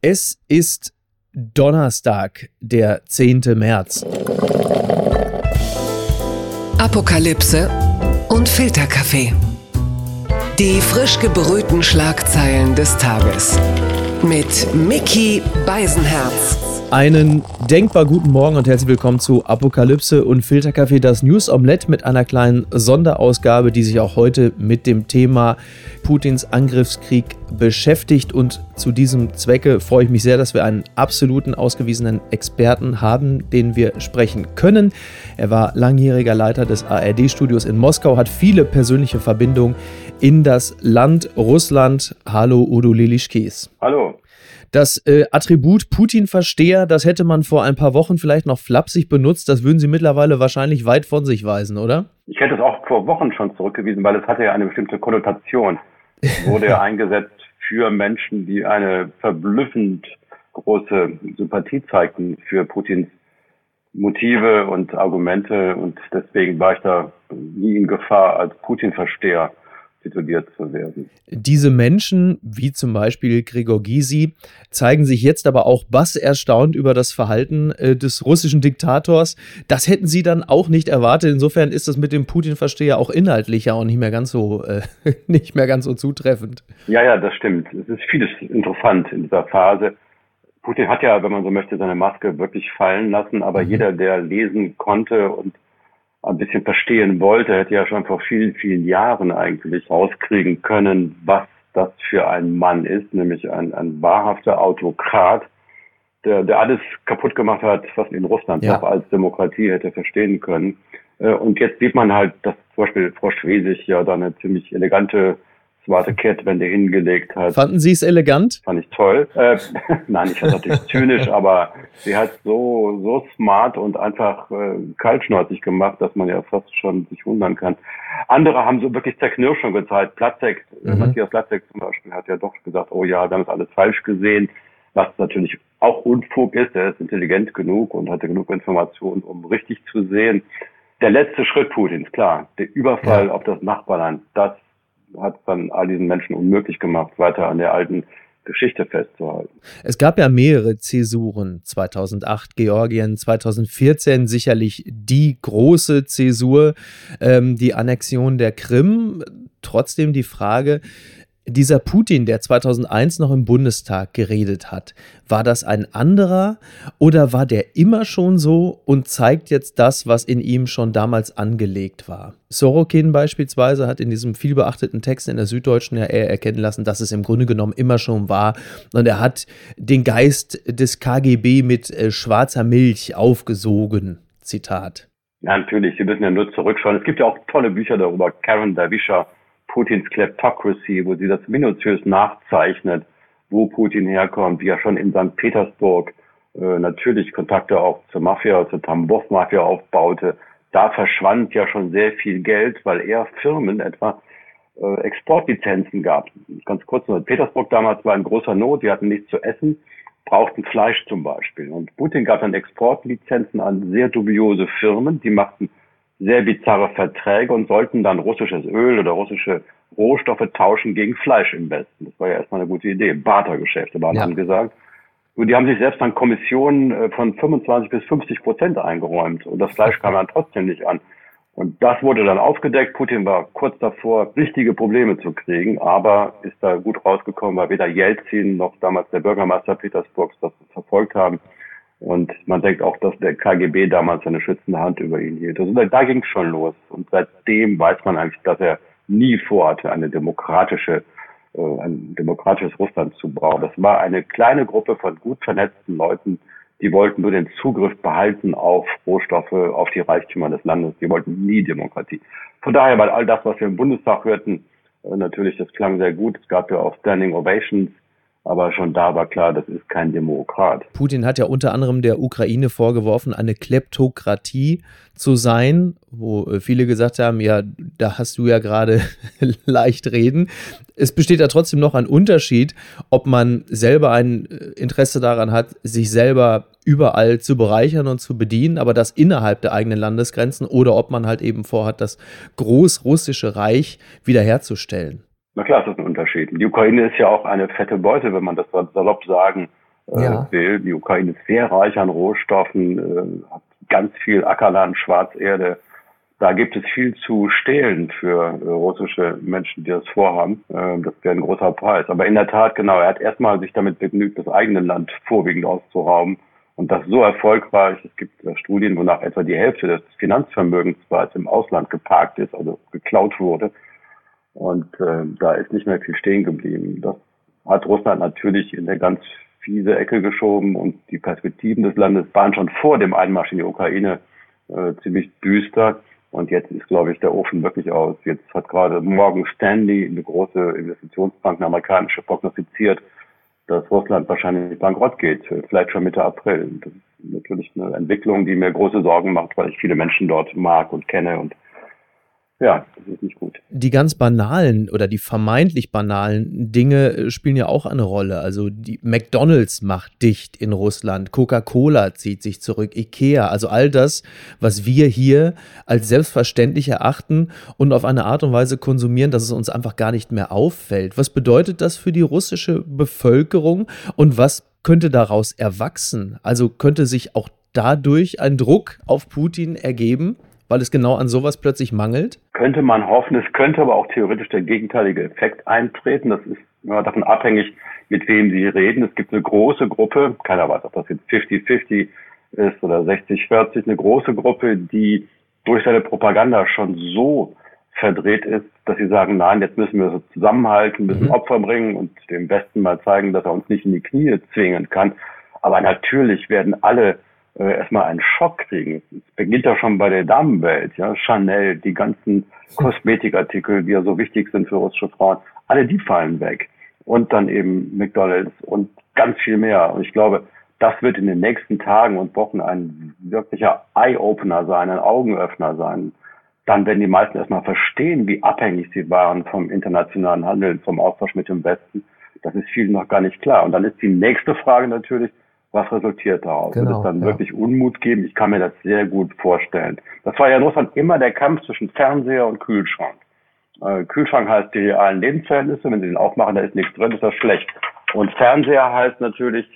Es ist Donnerstag, der 10. März. Apokalypse und Filterkaffee. Die frisch gebrühten Schlagzeilen des Tages. Mit Micky Beisenherz. Einen denkbar guten Morgen und herzlich willkommen zu Apokalypse und Filterkaffee, das News Omelette mit einer kleinen Sonderausgabe, die sich auch heute mit dem Thema Putins Angriffskrieg beschäftigt. Und zu diesem Zwecke freue ich mich sehr, dass wir einen absoluten ausgewiesenen Experten haben, den wir sprechen können. Er war langjähriger Leiter des ARD-Studios in Moskau, hat viele persönliche Verbindungen in das Land Russland. Hallo Udo Lilischkis. Hallo. Das Attribut Putin-Versteher, das hätte man vor ein paar Wochen vielleicht noch flapsig benutzt. Das würden Sie mittlerweile wahrscheinlich weit von sich weisen, oder? Ich hätte es auch vor Wochen schon zurückgewiesen, weil es hatte ja eine bestimmte Konnotation. Es wurde ja eingesetzt für Menschen, die eine verblüffend große Sympathie zeigten für Putins Motive und Argumente. Und deswegen war ich da nie in Gefahr, als Putin-Versteher tituliert zu werden. Diese Menschen, wie zum Beispiel Gregor Gysi, zeigen sich jetzt aber auch erstaunt über das Verhalten des russischen Diktators. Das hätten sie dann auch nicht erwartet. Insofern ist das mit dem Putin-Versteher auch inhaltlich ja auch nicht mehr ganz so zutreffend. Ja, das stimmt. Es ist vieles interessant in dieser Phase. Putin hat ja, wenn man so möchte, seine Maske wirklich fallen lassen, aber jeder, der lesen konnte und ein bisschen verstehen wollte, hätte ja schon vor vielen, vielen Jahren eigentlich rauskriegen können, was das für ein Mann ist, nämlich ein wahrhafter Autokrat, der alles kaputt gemacht hat, was in Russland noch als Demokratie hätte verstehen können. Und jetzt sieht man halt, dass zum Beispiel Frau Schwesig ja da eine ziemlich elegante smarte Kehrtwende hingelegt hat. Fanden Sie es elegant? Fand ich toll. Nein, ich fand es natürlich zynisch, aber sie hat so smart und einfach kaltschnäuzig gemacht, dass man ja fast schon sich wundern kann. Andere haben so wirklich Zerknirschung gezeigt. Matthias Platzek zum Beispiel hat ja doch gesagt, oh ja, wir haben das alles falsch gesehen, was natürlich auch Unfug ist. Er ist intelligent genug und hatte genug Informationen, um richtig zu sehen. Der letzte Schritt Putins, klar, der Überfall auf das Nachbarland, das hat dann all diesen Menschen unmöglich gemacht, weiter an der alten Geschichte festzuhalten. Es gab ja mehrere Zäsuren, 2008 Georgien, 2014 sicherlich die große Zäsur, die Annexion der Krim. Trotzdem die Frage, dieser Putin, der 2001 noch im Bundestag geredet hat, war das ein anderer oder war der immer schon so und zeigt jetzt das, was in ihm schon damals angelegt war? Sorokin beispielsweise hat in diesem vielbeachteten Text in der Süddeutschen ja eher erkennen lassen, dass es im Grunde genommen immer schon war und er hat den Geist des KGB mit schwarzer Milch aufgesogen. Zitat. Ja, natürlich, Sie müssen ja nur zurückschauen. Es gibt ja auch tolle Bücher darüber, Karen Dervisher, Putins Kleptocracy, wo sie das minutiös nachzeichnet, wo Putin herkommt, wie er schon in St. Petersburg natürlich Kontakte auch zur Mafia, zur Tambov-Mafia aufbaute. Da verschwand ja schon sehr viel Geld, weil er Firmen etwa Exportlizenzen gab. Ganz kurz, St. Petersburg damals war in großer Not, die hatten nichts zu essen, brauchten Fleisch zum Beispiel. Und Putin gab dann Exportlizenzen an sehr dubiose Firmen, die machten sehr bizarre Verträge und sollten dann russisches Öl oder russische Rohstoffe tauschen gegen Fleisch im Westen. Das war ja erstmal eine gute Idee. Bartergeschäfte waren angesagt. Und die haben sich selbst dann Kommissionen von 25-50% eingeräumt. Und das Fleisch kam dann trotzdem nicht an. Und das wurde dann aufgedeckt. Putin war kurz davor, richtige Probleme zu kriegen, aber ist da gut rausgekommen, weil weder Jelzin noch damals der Bürgermeister Petersburgs das verfolgt haben. Und man denkt auch, dass der KGB damals eine schützende Hand über ihn hielt. Also da ging es schon los. Und seitdem weiß man eigentlich, dass er nie vorhatte, ein demokratisches Russland zu bauen. Das war eine kleine Gruppe von gut vernetzten Leuten, die wollten nur den Zugriff behalten auf Rohstoffe, auf die Reichtümer des Landes. Die wollten nie Demokratie. Von daher, weil all das, was wir im Bundestag hörten, natürlich, das klang sehr gut. Es gab ja auch Standing Ovations. Aber schon da war klar, das ist kein Demokrat. Putin hat ja unter anderem der Ukraine vorgeworfen, eine Kleptokratie zu sein, wo viele gesagt haben, ja, da hast du ja gerade leicht reden. Es besteht ja trotzdem noch ein Unterschied, ob man selber ein Interesse daran hat, sich selber überall zu bereichern und zu bedienen, aber das innerhalb der eigenen Landesgrenzen, oder ob man halt eben vorhat, das großrussische Reich wiederherzustellen. Na klar, ist das ein Unterschied. Die Ukraine ist ja auch eine fette Beute, wenn man das salopp sagen will. Die Ukraine ist sehr reich an Rohstoffen, hat ganz viel Ackerland, Schwarzerde. Da gibt es viel zu stehlen für russische Menschen, die das vorhaben. Das wäre ein großer Preis. Aber in der Tat, genau, er hat erstmal sich damit begnügt, das eigene Land vorwiegend auszurauben. Und das so erfolgreich. Es gibt Studien, wonach etwa die Hälfte des Finanzvermögens bereits im Ausland geparkt ist, also geklaut wurde. Und da ist nicht mehr viel stehen geblieben. Das hat Russland natürlich in eine ganz fiese Ecke geschoben und die Perspektiven des Landes waren schon vor dem Einmarsch in die Ukraine ziemlich düster. Und jetzt ist, glaube ich, der Ofen wirklich aus. Jetzt hat gerade Morgan Stanley, eine große Investitionsbank, eine amerikanische, prognostiziert, dass Russland wahrscheinlich bankrott geht, vielleicht schon Mitte April. Das ist natürlich eine Entwicklung, die mir große Sorgen macht, weil ich viele Menschen dort mag und kenne und ja, das ist nicht gut. Die ganz banalen oder die vermeintlich banalen Dinge spielen ja auch eine Rolle. Also die McDonald's macht dicht in Russland, Coca-Cola zieht sich zurück, Ikea, also all das, was wir hier als selbstverständlich erachten und auf eine Art und Weise konsumieren, dass es uns einfach gar nicht mehr auffällt. Was bedeutet das für die russische Bevölkerung und was könnte daraus erwachsen? Also könnte sich auch dadurch ein Druck auf Putin ergeben, weil es genau an sowas plötzlich mangelt? Könnte man hoffen, es könnte aber auch theoretisch der gegenteilige Effekt eintreten. Das ist immer davon abhängig, mit wem Sie reden. Es gibt eine große Gruppe, keiner weiß, ob das jetzt 50-50 ist oder 60-40, eine große Gruppe, die durch seine Propaganda schon so verdreht ist, dass sie sagen, nein, jetzt müssen wir so zusammenhalten, müssen Opfer bringen und dem Westen mal zeigen, dass er uns nicht in die Knie zwingen kann. Aber natürlich werden alle erstmal einen Schock kriegen. Es beginnt ja schon bei der Damenwelt, ja, Chanel, die ganzen Kosmetikartikel, die ja so wichtig sind für russische Frauen, alle die fallen weg. Und dann eben McDonald's und ganz viel mehr. Und ich glaube, das wird in den nächsten Tagen und Wochen ein wirklicher Eye-Opener sein, ein Augenöffner sein. Dann werden die meisten erstmal verstehen, wie abhängig sie waren vom internationalen Handel, vom Austausch mit dem Westen. Das ist vielen noch gar nicht klar. Und dann ist die nächste Frage natürlich, was resultiert daraus? Wird es dann wirklich Unmut geben? Ich kann mir das sehr gut vorstellen. Das war ja in Russland immer der Kampf zwischen Fernseher und Kühlschrank. Kühlschrank heißt die realen Lebensverhältnisse. Wenn Sie den aufmachen, da ist nichts drin, ist das schlecht. Und Fernseher heißt natürlich,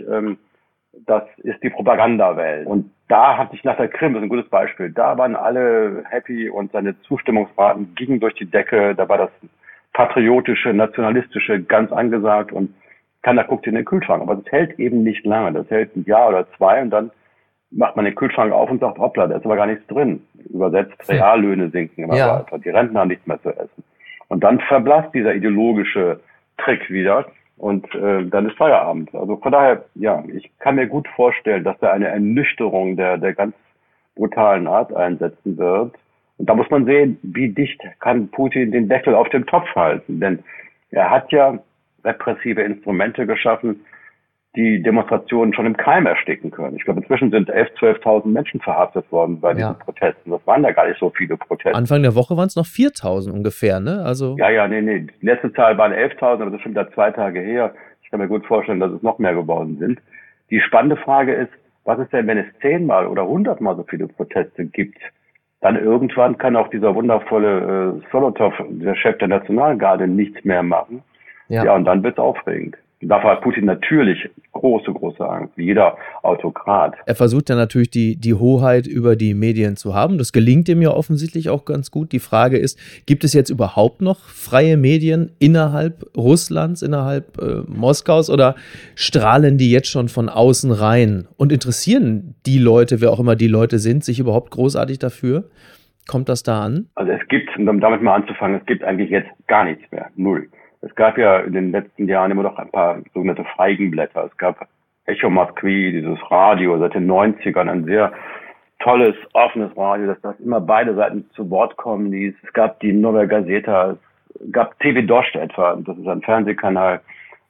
das ist die Propagandawelt. Und da hatte ich nach der Krim, das ist ein gutes Beispiel, da waren alle happy und seine Zustimmungsraten gingen durch die Decke. Da war das patriotische, nationalistische ganz angesagt und keiner guckt in den Kühlschrank, aber das hält eben nicht lange. Das hält ein Jahr oder zwei und dann macht man den Kühlschrank auf und sagt, hoppla, da ist aber gar nichts drin. Übersetzt, Reallöhne sinken immer weiter. Die Rentner haben nichts mehr zu essen. Und dann verblasst dieser ideologische Trick wieder und dann ist Feierabend. Also von daher, ja, ich kann mir gut vorstellen, dass da eine Ernüchterung der ganz brutalen Art einsetzen wird. Und da muss man sehen, wie dicht kann Putin den Deckel auf dem Topf halten. Denn er hat ja repressive Instrumente geschaffen, die Demonstrationen schon im Keim ersticken können. Ich glaube, inzwischen sind 11.000, 12.000 Menschen verhaftet worden bei diesen Protesten. Das waren ja gar nicht so viele Proteste. Anfang der Woche waren es noch 4.000 ungefähr, ne? Also Nee. Die letzte Zahl waren 11.000, aber das ist schon wieder 2 Tage her. Ich kann mir gut vorstellen, dass es noch mehr geworden sind. Die spannende Frage ist, was ist denn, wenn es 10-mal oder 100-mal so viele Proteste gibt? Dann irgendwann kann auch dieser wundervolle Solotov, der Chef der Nationalgarde, nichts mehr machen. Ja, und dann wird's aufregend. Dafür hat Putin natürlich große Angst, wie jeder Autokrat. Er versucht ja natürlich die Hoheit über die Medien zu haben. Das gelingt ihm ja offensichtlich auch ganz gut. Die Frage ist, gibt es jetzt überhaupt noch freie Medien innerhalb Russlands, innerhalb Moskaus oder strahlen die jetzt schon von außen rein? Und interessieren die Leute, wer auch immer die Leute sind, sich überhaupt großartig dafür? Kommt das da an? Also es gibt, um damit mal anzufangen, es gibt eigentlich jetzt gar nichts mehr. Null. Es gab ja in den letzten Jahren immer noch ein paar sogenannte Feigenblätter. Es gab Echo Moskwy, dieses Radio seit den 90ern, ein sehr tolles, offenes Radio, das immer beide Seiten zu Wort kommen ließ. Es gab die Novaya Gazeta, es gab TV Dost etwa, das ist ein Fernsehkanal,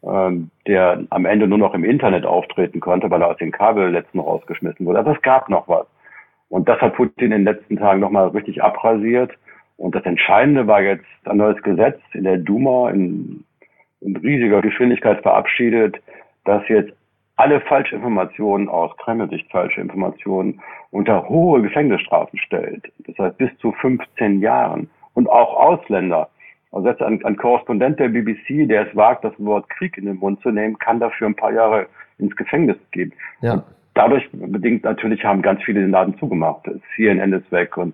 der am Ende nur noch im Internet auftreten konnte, weil er aus den Kabelnetzen rausgeschmissen wurde. Also es gab noch was. Und das hat Putin in den letzten Tagen nochmal richtig abrasiert. Und das Entscheidende war jetzt ein neues Gesetz in der Duma in riesiger Geschwindigkeit verabschiedet, das jetzt alle Falschinformationen aus Kreml-Sicht, falsche Informationen, unter hohe Gefängnisstrafen stellt. Das heißt bis zu 15 Jahren. Und auch Ausländer. Also jetzt ein Korrespondent der BBC, der es wagt, das Wort Krieg in den Mund zu nehmen, kann dafür ein paar Jahre ins Gefängnis geben. Ja. Und dadurch bedingt natürlich haben ganz viele den Laden zugemacht. CNN ist weg und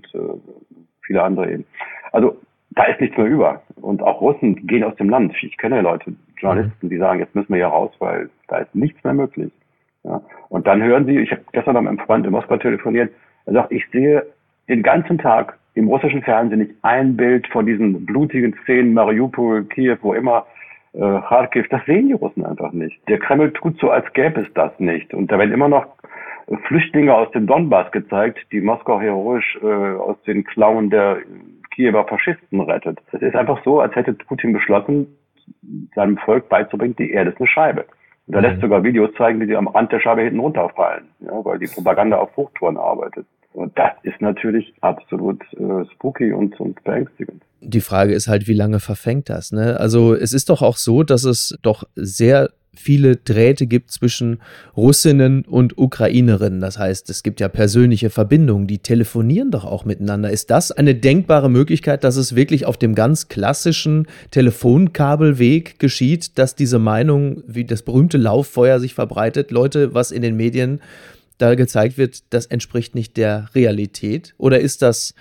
viele andere eben. Also da ist nichts mehr über. Und auch Russen gehen aus dem Land. Ich kenne Leute, Journalisten, die sagen, jetzt müssen wir hier raus, weil da ist nichts mehr möglich. Ja. Und dann hören sie, ich habe gestern noch mit einem Freund in Moskau telefoniert, er sagt, ich sehe den ganzen Tag im russischen Fernsehen nicht ein Bild von diesen blutigen Szenen, Mariupol, Kiew, wo immer, Kharkiv, das sehen die Russen einfach nicht. Der Kreml tut so, als gäbe es das nicht. Und da werden immer noch Flüchtlinge aus dem Donbass gezeigt, die Moskau heroisch aus den Klauen der Kiewer Faschisten rettet. Es ist einfach so, als hätte Putin beschlossen, seinem Volk beizubringen, die Erde ist eine Scheibe. Und er lässt sogar Videos zeigen, wie sie am Rand der Scheibe hinten runterfallen, ja, weil die Propaganda auf Hochtouren arbeitet. Und das ist natürlich absolut spooky und beängstigend. Die Frage ist halt, wie lange verfängt das, ne? Also es ist doch auch so, dass es doch sehr viele Drähte gibt zwischen Russinnen und Ukrainerinnen. Das heißt, es gibt ja persönliche Verbindungen, die telefonieren doch auch miteinander. Ist das eine denkbare Möglichkeit, dass es wirklich auf dem ganz klassischen Telefonkabelweg geschieht, dass diese Meinung, wie das berühmte Lauffeuer sich verbreitet? Leute, was in den Medien da gezeigt wird, das entspricht nicht der Realität? Oder ist das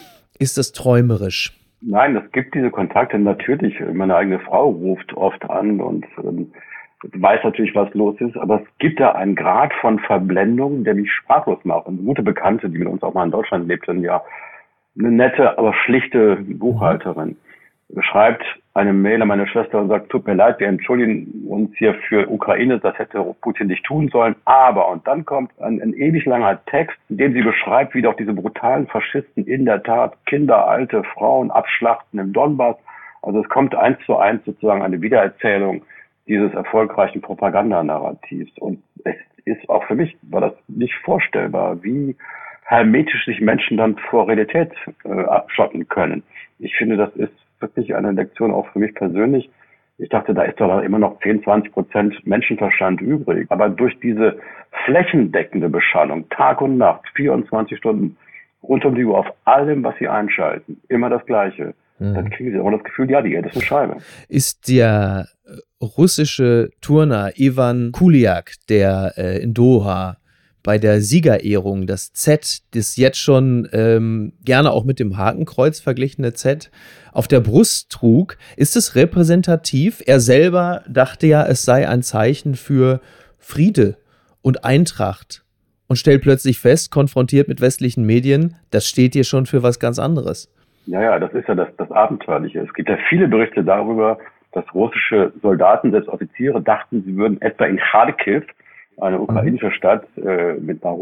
träumerisch? Nein, es gibt diese Kontakte natürlich. Meine eigene Frau ruft oft an und weiß natürlich, was los ist, aber es gibt da einen Grad von Verblendung, der mich sprachlos macht. Und eine gute Bekannte, die mit uns auch mal in Deutschland lebte, ja, eine nette, aber schlichte Buchhalterin, schreibt eine Mail an meine Schwester und sagt, tut mir leid, wir entschuldigen uns hier für Ukraine, das hätte Putin nicht tun sollen, aber, und dann kommt ein ewig langer Text, in dem sie beschreibt, wie doch diese brutalen Faschisten in der Tat Kinder, alte Frauen abschlachten im Donbass. Also es kommt 1:1 sozusagen eine Wiedererzählung dieses erfolgreichen Propagandanarrativs. Und es ist auch für mich, war das nicht vorstellbar, wie hermetisch sich Menschen dann vor Realität abschotten können. Ich finde, das ist wirklich eine Lektion auch für mich persönlich. Ich dachte, da ist doch immer noch 10-20% Menschenverstand übrig. Aber durch diese flächendeckende Beschallung, Tag und Nacht, 24 Stunden, rund um die Uhr, auf allem, was sie einschalten, immer das Gleiche, dann kriegen sie auch das Gefühl, ja, die Erde ist eine Scheibe. Ist der russische Turner Ivan Kuliak, der in Doha bei der Siegerehrung das Z, das jetzt schon gerne auch mit dem Hakenkreuz verglichene Z, auf der Brust trug, ist es repräsentativ? Er selber dachte ja, es sei ein Zeichen für Friede und Eintracht und stellt plötzlich fest, konfrontiert mit westlichen Medien, das steht hier schon für was ganz anderes. Ja, das ist ja das Abenteuerliche. Es gibt ja viele Berichte darüber, dass russische Soldaten, selbst Offiziere, dachten, sie würden etwa in Kharkiv, eine ukrainische Stadt mit einem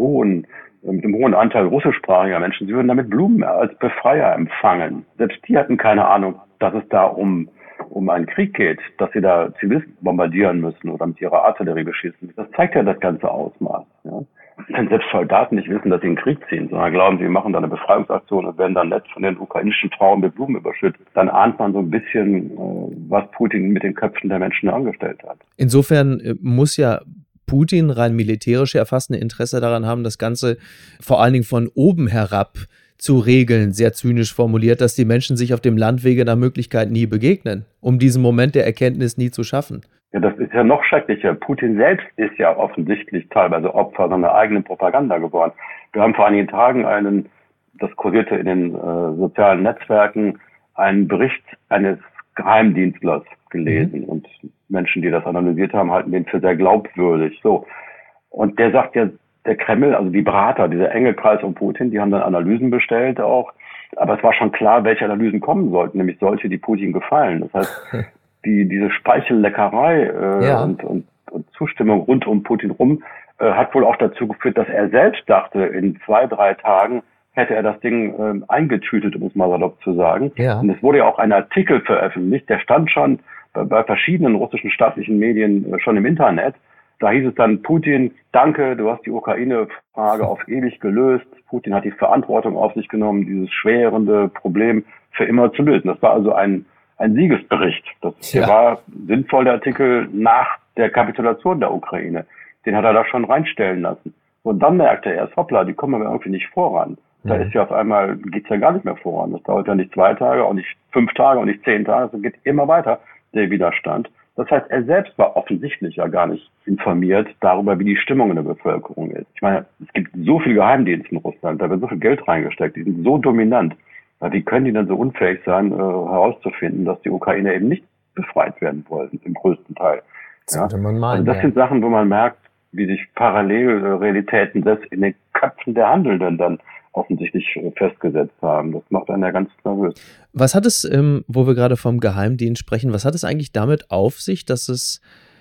hohen Anteil russischsprachiger Menschen, sie würden damit Blumen als Befreier empfangen. Selbst die hatten keine Ahnung, dass es da um einen Krieg geht, dass sie da Zivilisten bombardieren müssen oder mit ihrer Artillerie beschießen. Das zeigt ja das ganze Ausmaß. Ja. Wenn selbst Soldaten nicht wissen, dass sie in den Krieg ziehen, sondern glauben, sie machen da eine Befreiungsaktion und werden dann nett von den ukrainischen Frauen mit Blumen überschüttet, dann ahnt man so ein bisschen, was Putin mit den Köpfen der Menschen angestellt hat. Insofern muss ja Putin rein militärisch erfasst ein Interesse daran haben, das Ganze vor allen Dingen von oben herab zu regeln, sehr zynisch formuliert, dass die Menschen sich auf dem Landwege nach Möglichkeit nie begegnen, um diesen Moment der Erkenntnis nie zu schaffen. Ja, das ist ja noch schrecklicher. Putin selbst ist ja offensichtlich teilweise Opfer seiner eigenen Propaganda geworden. Wir haben vor einigen Tagen das kursierte in den sozialen Netzwerken, einen Bericht eines Geheimdienstlers gelesen und Menschen, die das analysiert haben, halten den für sehr glaubwürdig. So. Und der sagt ja, der Kreml, also die Berater, dieser enge Kreis um Putin, die haben dann Analysen bestellt auch. Aber es war schon klar, welche Analysen kommen sollten, nämlich solche, die Putin gefallen. Das heißt, diese Speichelleckerei und Zustimmung rund um Putin rum hat wohl auch dazu geführt, dass er selbst dachte, in 2-3 Tagen hätte er das Ding eingetütet, um es mal salopp zu sagen. Ja. Und es wurde ja auch ein Artikel veröffentlicht, der stand schon bei verschiedenen russischen staatlichen Medien schon im Internet. Da hieß es dann, Putin, danke, du hast die Ukraine-Frage auf ewig gelöst. Putin hat die Verantwortung auf sich genommen, dieses schwerende Problem für immer zu lösen. Das war also ein Siegesbericht. Das war sinnvoll, der Artikel nach der Kapitulation der Ukraine. Den hat er da schon reinstellen lassen. Und dann merkte er erst, hoppla, die kommen aber irgendwie nicht voran. Da ist ja auf einmal, geht's ja gar nicht mehr voran. Das dauert ja nicht 2 Tage, auch nicht 5 Tage, auch nicht 10 Tage, es geht immer weiter, der Widerstand. Das heißt, er selbst war offensichtlich ja gar nicht informiert darüber, wie die Stimmung in der Bevölkerung ist. Ich meine, es gibt so viel Geheimdienste in Russland, da wird so viel Geld reingesteckt, die sind so dominant. Wie können die denn so unfähig sein, herauszufinden, dass die Ukrainer eben nicht befreit werden wollen, im größten Teil? Sollte man meinen, also das sind Sachen, wo man merkt, wie sich Parallelrealitäten selbst in den Köpfen der Handelnden dann offensichtlich festgesetzt haben. Das macht einen ja ganz nervös. Was hat es, wo wir gerade vom Geheimdienst sprechen, was hat es eigentlich damit auf sich, dass es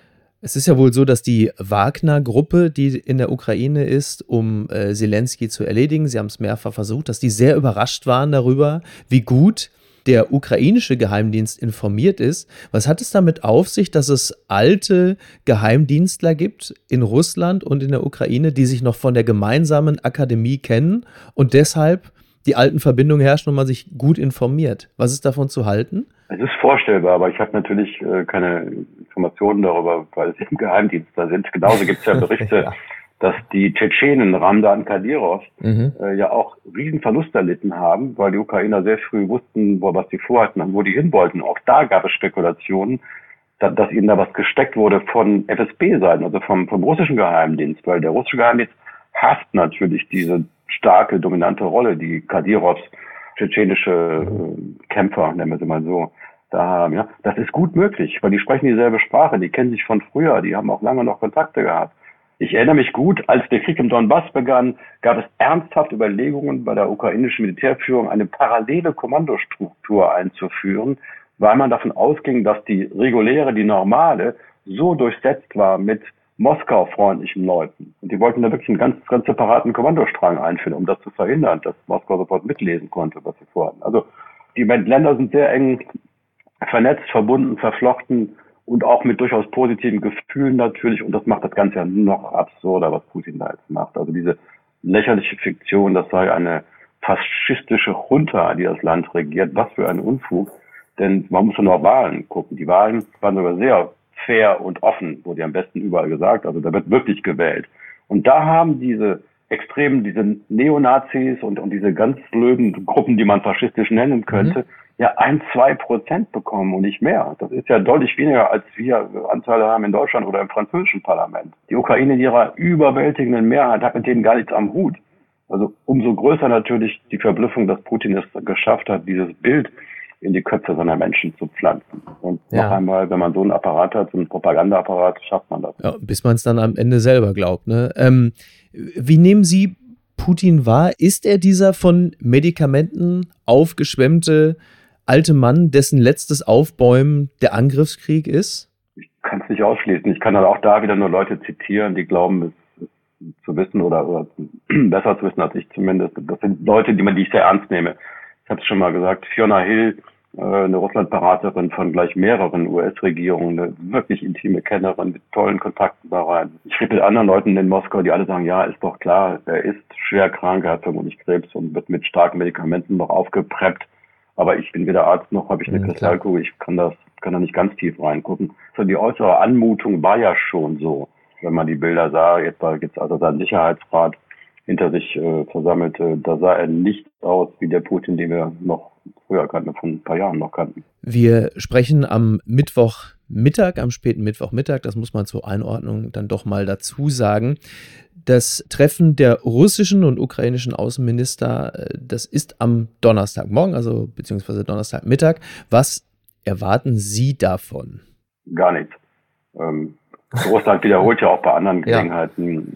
ist ja wohl so, dass die Wagner-Gruppe, die in der Ukraine ist, um Zelensky zu erledigen, sie haben es mehrfach versucht, dass die sehr überrascht waren darüber, wie gut der ukrainische Geheimdienst informiert ist. Was hat es damit auf sich, dass es alte Geheimdienstler gibt in Russland und in der Ukraine, die sich noch von der gemeinsamen Akademie kennen und deshalb die alten Verbindungen herrschen und man sich gut informiert? Was ist davon zu halten? Es ist vorstellbar, aber ich habe natürlich keine Informationen darüber, weil sie im Geheimdienst da sind. Genauso gibt es ja Berichte, ja, dass die Tschetschenen, Ramdan Kadyrov, ja auch riesen Verluste erlitten haben, weil die Ukrainer sehr früh wussten, was sie vorhatten und wo die hin wollten. Auch da gab es Spekulationen, dass ihnen da was gesteckt wurde von FSB-Seiten, also vom russischen Geheimdienst, weil der russische Geheimdienst hasst natürlich diese starke, dominante Rolle, die Kadyrovs tschetschenische Kämpfer, nennen wir sie mal so, da haben. Ja, das ist gut möglich, weil die sprechen dieselbe Sprache, die kennen sich von früher, die haben auch lange noch Kontakte gehabt. Ich erinnere mich gut, als der Krieg im Donbass begann, gab es ernsthaft Überlegungen bei der ukrainischen Militärführung, eine parallele Kommandostruktur einzuführen, weil man davon ausging, dass die reguläre, die normale, so durchsetzt war mit Moskau-freundlichen Leuten. Und die wollten da wirklich einen ganz separaten Kommandostrang einführen, um das zu verhindern, dass Moskau sofort mitlesen konnte, was sie vorhatten. Also die Länder sind sehr eng vernetzt, verbunden, verflochten und auch mit durchaus positiven Gefühlen natürlich. Und das macht das Ganze ja noch absurder, was Putin da jetzt macht. Also diese lächerliche Fiktion, das sei eine faschistische Junta, die das Land regiert. Was für ein Unfug. Denn man muss nur auf Wahlen gucken. Die Wahlen waren sogar sehr fair und offen, wurde ja am besten überall gesagt. Also da wird wirklich gewählt. Und da haben diese Extremen, diese Neonazis und diese ganz blöden Gruppen, die man faschistisch nennen könnte, ja 1-2% bekommen und nicht mehr. Das ist ja deutlich weniger, als wir Anteile haben in Deutschland oder im französischen Parlament. Die Ukraine in ihrer überwältigenden Mehrheit hat mit denen gar nichts am Hut. Also umso größer natürlich die Verblüffung, dass Putin es geschafft hat, dieses Bild in die Köpfe seiner Menschen zu pflanzen. Und noch einmal, wenn man so einen Apparat hat, so einen Propagandaapparat, schafft man das. Ja, bis man es dann am Ende selber glaubt. Ne? Wie nehmen Sie Putin wahr? Ist er dieser von Medikamenten aufgeschwemmte alte Mann, dessen letztes Aufbäumen der Angriffskrieg ist? Ich kann es nicht ausschließen. Ich kann dann auch da wieder nur Leute zitieren, die glauben, es zu wissen oder besser zu wissen als ich zumindest. Das sind Leute, die ich sehr ernst nehme. Ich habe es schon mal gesagt, Fiona Hill, eine Russland-Beraterin von gleich mehreren US-Regierungen, eine wirklich intime Kennerin mit tollen Kontakten da rein. Ich rede mit anderen Leuten in Moskau, die alle sagen, ja, ist doch klar, er ist schwer krank, er hat vermutlich Krebs und wird mit starken Medikamenten noch aufgepreppt. Aber ich bin weder Arzt noch habe ich eine Kristallkugel, ich kann da nicht ganz tief reingucken. So die äußere Anmutung war ja schon so, wenn man die Bilder sah, jetzt gibt's also seinen Sicherheitsrat hinter sich versammelte, da sah er nicht aus wie der Putin, den wir noch früher kannten, von ein paar Jahren noch kannten. Wir sprechen am Mittwochmittag, am späten Mittwochmittag, das muss man zur Einordnung dann doch mal dazu sagen. Das Treffen der russischen und ukrainischen Außenminister, das ist am Donnerstagmorgen, also beziehungsweise Donnerstagmittag. Was erwarten Sie davon? Gar nichts. Russland wiederholt ja auch bei anderen Gelegenheiten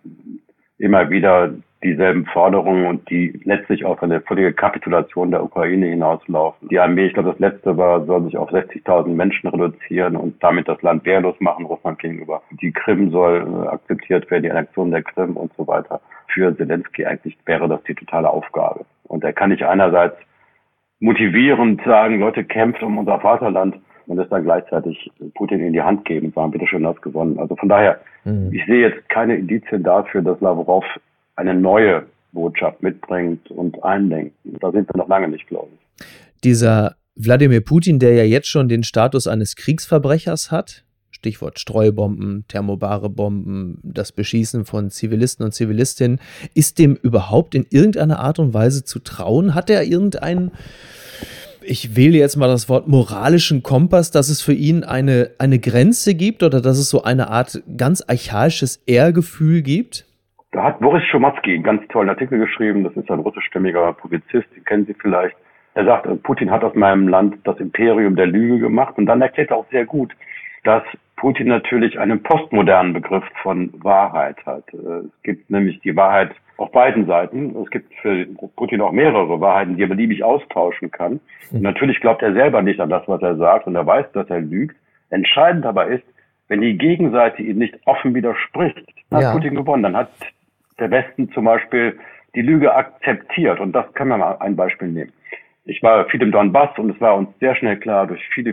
immer wieder dieselben Forderungen und die letztlich auf eine völlige Kapitulation der Ukraine hinauslaufen. Die Armee, ich glaube, das letzte soll sich auf 60.000 Menschen reduzieren und damit das Land wehrlos machen, Russland gegenüber. Die Krim soll akzeptiert werden, die Annexion der Krim und so weiter. Für Zelensky eigentlich wäre das die totale Aufgabe. Und er kann nicht einerseits motivierend sagen, Leute, kämpft um unser Vaterland und es dann gleichzeitig Putin in die Hand geben und sagen, bitte schön, hast gewonnen. Also von daher, ich sehe jetzt keine Indizien dafür, dass Lavrov eine neue Botschaft mitbringt und einlenkt. Da sind wir noch lange nicht, glaube ich. Dieser Wladimir Putin, der ja jetzt schon den Status eines Kriegsverbrechers hat, Stichwort Streubomben, thermobare Bomben, das Beschießen von Zivilisten und Zivilistinnen, ist dem überhaupt in irgendeiner Art und Weise zu trauen? Hat er irgendeinen ich wähle jetzt mal das Wort moralischen Kompass, dass es für ihn eine Grenze gibt oder dass es so eine Art ganz archaisches Ehrgefühl gibt? Da hat Boris Schumatzki einen ganz tollen Artikel geschrieben. Das ist ein russischstämmiger Publizist, den kennen Sie vielleicht. Er sagt, Putin hat aus meinem Land das Imperium der Lüge gemacht. Und dann erklärt er auch sehr gut, dass Putin natürlich einen postmodernen Begriff von Wahrheit hat. Es gibt nämlich die Wahrheit auf beiden Seiten. Es gibt für Putin auch mehrere Wahrheiten, die er beliebig austauschen kann. Und natürlich glaubt er selber nicht an das, was er sagt, und er weiß, dass er lügt. Entscheidend dabei ist, wenn die Gegenseite ihm nicht offen widerspricht, dann hat Putin gewonnen. Dann hat der Westen zum Beispiel die Lüge akzeptiert. Und das können wir mal ein Beispiel nehmen. Ich war viel im Donbass und es war uns sehr schnell klar durch viele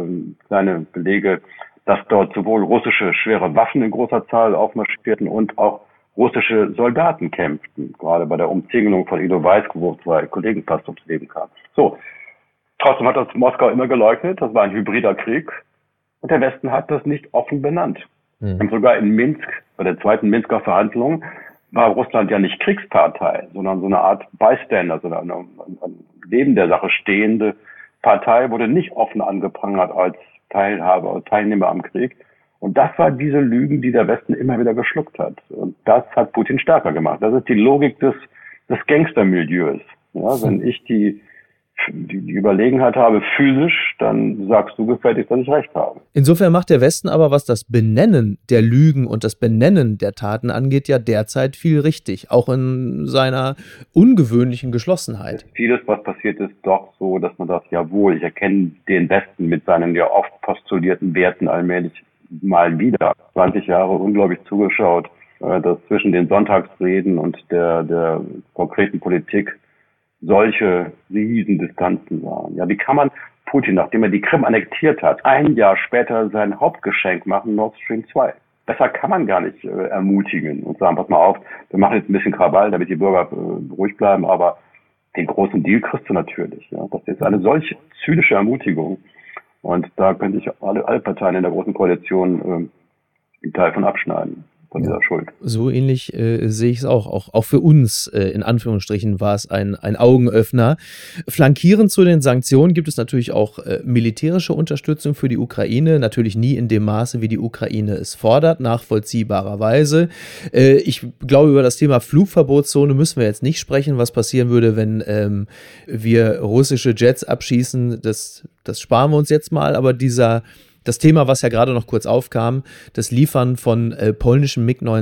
kleine Belege, dass dort sowohl russische schwere Waffen in großer Zahl aufmarschierten und auch russische Soldaten kämpften. Gerade bei der Umzingelung von Ilovaisk, wo 2 Kollegen fast ums Leben kamen. So. Trotzdem hat das Moskau immer geleugnet. Das war ein hybrider Krieg. Und der Westen hat das nicht offen benannt. Und sogar in Minsk, bei der zweiten Minsker Verhandlung, war Russland ja nicht Kriegspartei, sondern so eine Art Bystander, so eine neben der Sache stehende Partei, wurde nicht offen angeprangert als Teilnehmer am Krieg. Und das war diese Lügen, die der Westen immer wieder geschluckt hat. Und das hat Putin stärker gemacht. Das ist die Logik des Gangstermilieus. Ja, wenn ich die Überlegenheit habe physisch, dann sagst du gefälligst, dass ich recht habe. Insofern macht der Westen aber, was das Benennen der Lügen und das Benennen der Taten angeht, ja derzeit viel richtig, auch in seiner ungewöhnlichen Geschlossenheit. Vieles, was passiert ist, doch so, dass man sagt, jawohl, ich erkenne den Westen mit seinen ja oft postulierten Werten allmählich mal wieder. 20 Jahre unglaublich zugeschaut, dass zwischen den Sonntagsreden und der konkreten Politik solche Riesendistanzen waren. Ja, wie kann man Putin, nachdem er die Krim annektiert hat, ein Jahr später sein Hauptgeschenk machen, Nord Stream 2? Besser kann man gar nicht ermutigen und sagen, pass mal auf, wir machen jetzt ein bisschen Krawall, damit die Bürger ruhig bleiben, aber den großen Deal kriegst du natürlich. Ja. Das ist eine solche zynische Ermutigung. Und da könnte ich alle Parteien in der Großen Koalition einen Teil von abschneiden. Von dieser Schuld. So ähnlich sehe ich es auch. Auch für uns, in Anführungsstrichen, war es ein Augenöffner. Flankierend zu den Sanktionen gibt es natürlich auch militärische Unterstützung für die Ukraine. Natürlich nie in dem Maße, wie die Ukraine es fordert, nachvollziehbarerweise. Ich glaube, über das Thema Flugverbotszone müssen wir jetzt nicht sprechen, was passieren würde, wenn wir russische Jets abschießen. Das sparen wir uns jetzt mal, aber das Thema, was ja gerade noch kurz aufkam, das Liefern von polnischen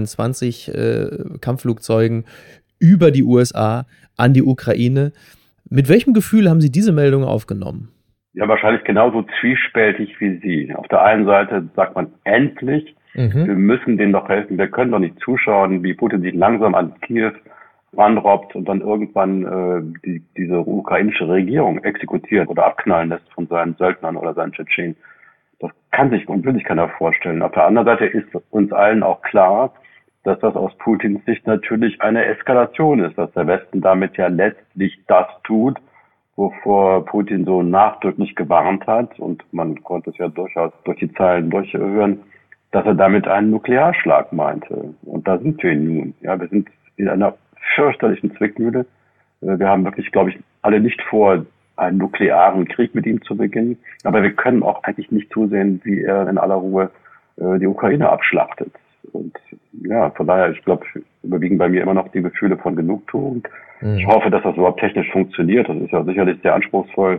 MiG-29 Kampfflugzeugen über die USA an die Ukraine. Mit welchem Gefühl haben Sie diese Meldung aufgenommen? Ja, wahrscheinlich genauso zwiespältig wie Sie. Auf der einen Seite sagt man endlich, wir müssen denen doch helfen. Wir können doch nicht zuschauen, wie Putin sich langsam an Kiew ranrobbt und dann irgendwann diese ukrainische Regierung exekutiert oder abknallen lässt von seinen Söldnern oder seinen Tschetschenen. Das kann sich und will sich keiner vorstellen. Auf der anderen Seite ist uns allen auch klar, dass das aus Putins Sicht natürlich eine Eskalation ist, dass der Westen damit ja letztlich das tut, wovor Putin so nachdrücklich gewarnt hat. Und man konnte es ja durchaus durch die Zeilen durchhören, dass er damit einen Nuklearschlag meinte. Und da sind wir nun. Ja, wir sind in einer fürchterlichen Zwickmühle. Wir haben wirklich, glaube ich, alle nicht vor, einen nuklearen Krieg mit ihm zu beginnen. Aber wir können auch eigentlich nicht zusehen, wie er in aller Ruhe die Ukraine abschlachtet. Und ja, von daher, ich glaube, überwiegen bei mir immer noch die Gefühle von Genugtuung. Ich hoffe, dass das überhaupt technisch funktioniert. Das ist ja sicherlich sehr anspruchsvoll.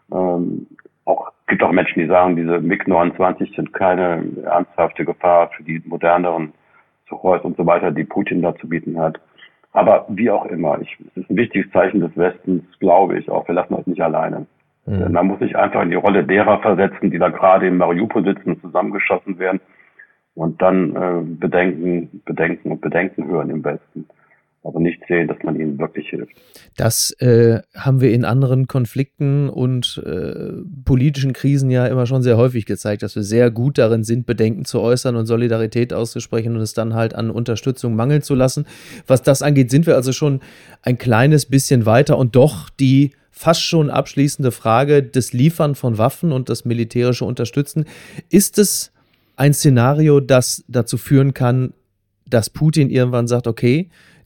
Gibt auch Menschen, die sagen, diese MiG-29 sind keine ernsthafte Gefahr für die moderneren Suchheus und so weiter, die Putin da zu bieten hat. Aber wie auch immer, es ist ein wichtiges Zeichen des Westens, glaube ich auch. Wir lassen uns nicht alleine. Man muss sich einfach in die Rolle derer versetzen, die da gerade in Mariupol sitzen und zusammengeschossen werden und dann Bedenken hören im Westen. Aber nicht sehen, dass man ihnen wirklich hilft. Das haben wir in anderen Konflikten und politischen Krisen ja immer schon sehr häufig gezeigt, dass wir sehr gut darin sind, Bedenken zu äußern und Solidarität auszusprechen und es dann halt an Unterstützung mangeln zu lassen. Was das angeht, sind wir also schon ein kleines bisschen weiter und doch die fast schon abschließende Frage des Liefern von Waffen und das militärische Unterstützen. Ist es ein Szenario, das dazu führen kann, dass Putin irgendwann sagt, okay,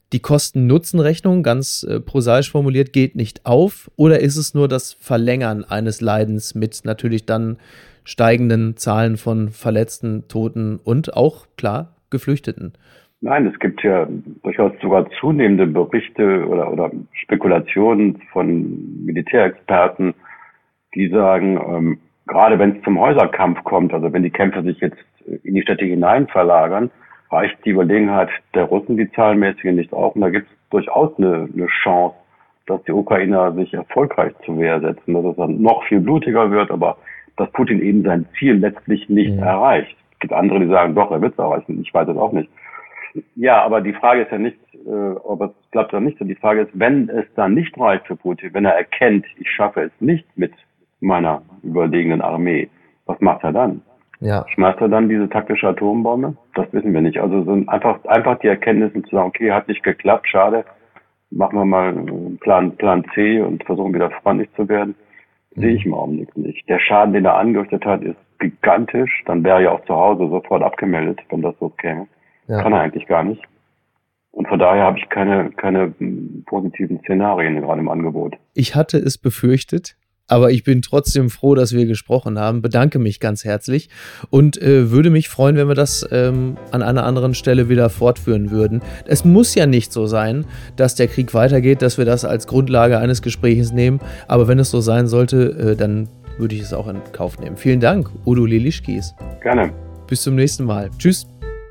die Kosten-Nutzen-Rechnung, ganz prosaisch formuliert, geht nicht auf? Oder ist es nur das Verlängern eines Leidens mit natürlich dann steigenden Zahlen von Verletzten, Toten und auch, klar, Geflüchteten? Nein, es gibt ja durchaus sogar zunehmende Berichte oder Spekulationen von Militärexperten, die sagen, gerade wenn es zum Häuserkampf kommt, also wenn die Kämpfe sich jetzt in die Städte hinein verlagern, reicht die Überlegenheit der Russen, die zahlenmäßige, nicht auf. Und da gibt es durchaus eine Chance, dass die Ukrainer sich erfolgreich zur Wehr setzen, dass es dann noch viel blutiger wird, aber dass Putin eben sein Ziel letztlich nicht erreicht. Es gibt andere, die sagen, doch, er wird es erreichen. Ich weiß es auch nicht. Ja, aber die Frage ist ja nicht, ob es klappt oder nicht. Die Frage ist, wenn es dann nicht reicht für Putin, wenn er erkennt, ich schaffe es nicht mit meiner überlegenen Armee, was macht er dann? Ja. Schmeißt er dann diese taktische Atombombe? Das wissen wir nicht. Also sind einfach die Erkenntnisse zu sagen, okay, hat nicht geklappt, schade, machen wir mal Plan C und versuchen wieder freundlich zu werden, sehe ich im Augenblick nicht. Der Schaden, den er angerichtet hat, ist gigantisch. Dann wäre er ja auch zu Hause sofort abgemeldet, wenn das so käme. Ja. Kann er eigentlich gar nicht. Und von daher habe ich keine positiven Szenarien gerade im Angebot. Ich hatte es befürchtet, aber ich bin trotzdem froh, dass wir gesprochen haben. Bedanke mich ganz herzlich und würde mich freuen, wenn wir das an einer anderen Stelle wieder fortführen würden. Es muss ja nicht so sein, dass der Krieg weitergeht, dass wir das als Grundlage eines Gesprächs nehmen. Aber wenn es so sein sollte, dann würde ich es auch in Kauf nehmen. Vielen Dank, Udo Lilischkis. Gerne. Bis zum nächsten Mal. Tschüss.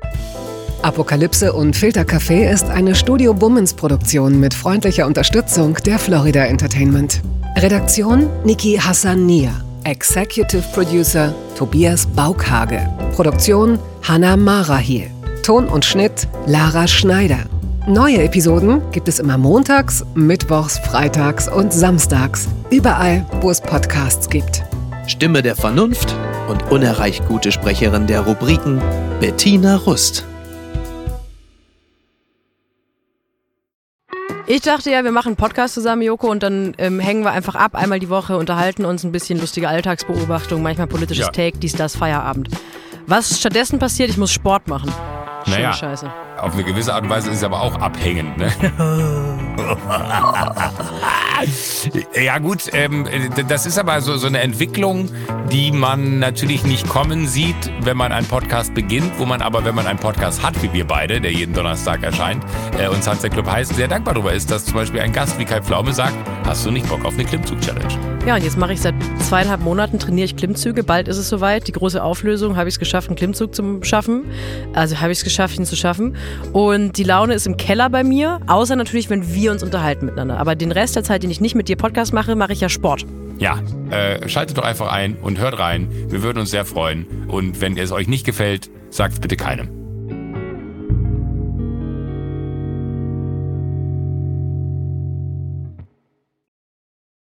Apokalypse und Filtercafé ist eine Studio Bummens Produktion mit freundlicher Unterstützung der Florida Entertainment. Redaktion Niki Hassania. Executive Producer Tobias Baukhage. Produktion Hanna Marahiel. Ton und Schnitt Lara Schneider. Neue Episoden gibt es immer montags, mittwochs, freitags und samstags. Überall, wo es Podcasts gibt. Stimme der Vernunft und unerreicht gute Sprecherin der Rubriken Bettina Rust. Ich dachte ja, wir machen einen Podcast zusammen, Joko, und dann hängen wir einfach ab, einmal die Woche, unterhalten uns ein bisschen lustige Alltagsbeobachtung, manchmal politisches Take, dies, das, Feierabend. Was stattdessen passiert, ich muss Sport machen. Schöne Scheiße. Auf eine gewisse Art und Weise ist es aber auch abhängend, ne? Ja gut, das ist aber so eine Entwicklung, die man natürlich nicht kommen sieht, wenn man einen Podcast beginnt, wo man aber, wenn man einen Podcast hat, wie wir beide, der jeden Donnerstag erscheint, und Sunset Club heißt, sehr dankbar darüber ist, dass zum Beispiel ein Gast wie Kai Pflaume sagt, hast du nicht Bock auf eine Klimmzug-Challenge? Ja, und jetzt mache ich seit 2,5 Monaten, trainiere ich Klimmzüge, bald ist es soweit, die große Auflösung, habe ich es geschafft, einen Klimmzug zu schaffen, also habe ich es geschafft, ihn zu schaffen. Und die Laune ist im Keller bei mir, außer natürlich, wenn wir uns unterhalten miteinander. Aber den Rest der Zeit, den ich nicht mit dir Podcast mache, mache ich ja Sport. Ja, schaltet doch einfach ein und hört rein. Wir würden uns sehr freuen. Und wenn es euch nicht gefällt, sagt es bitte keinem.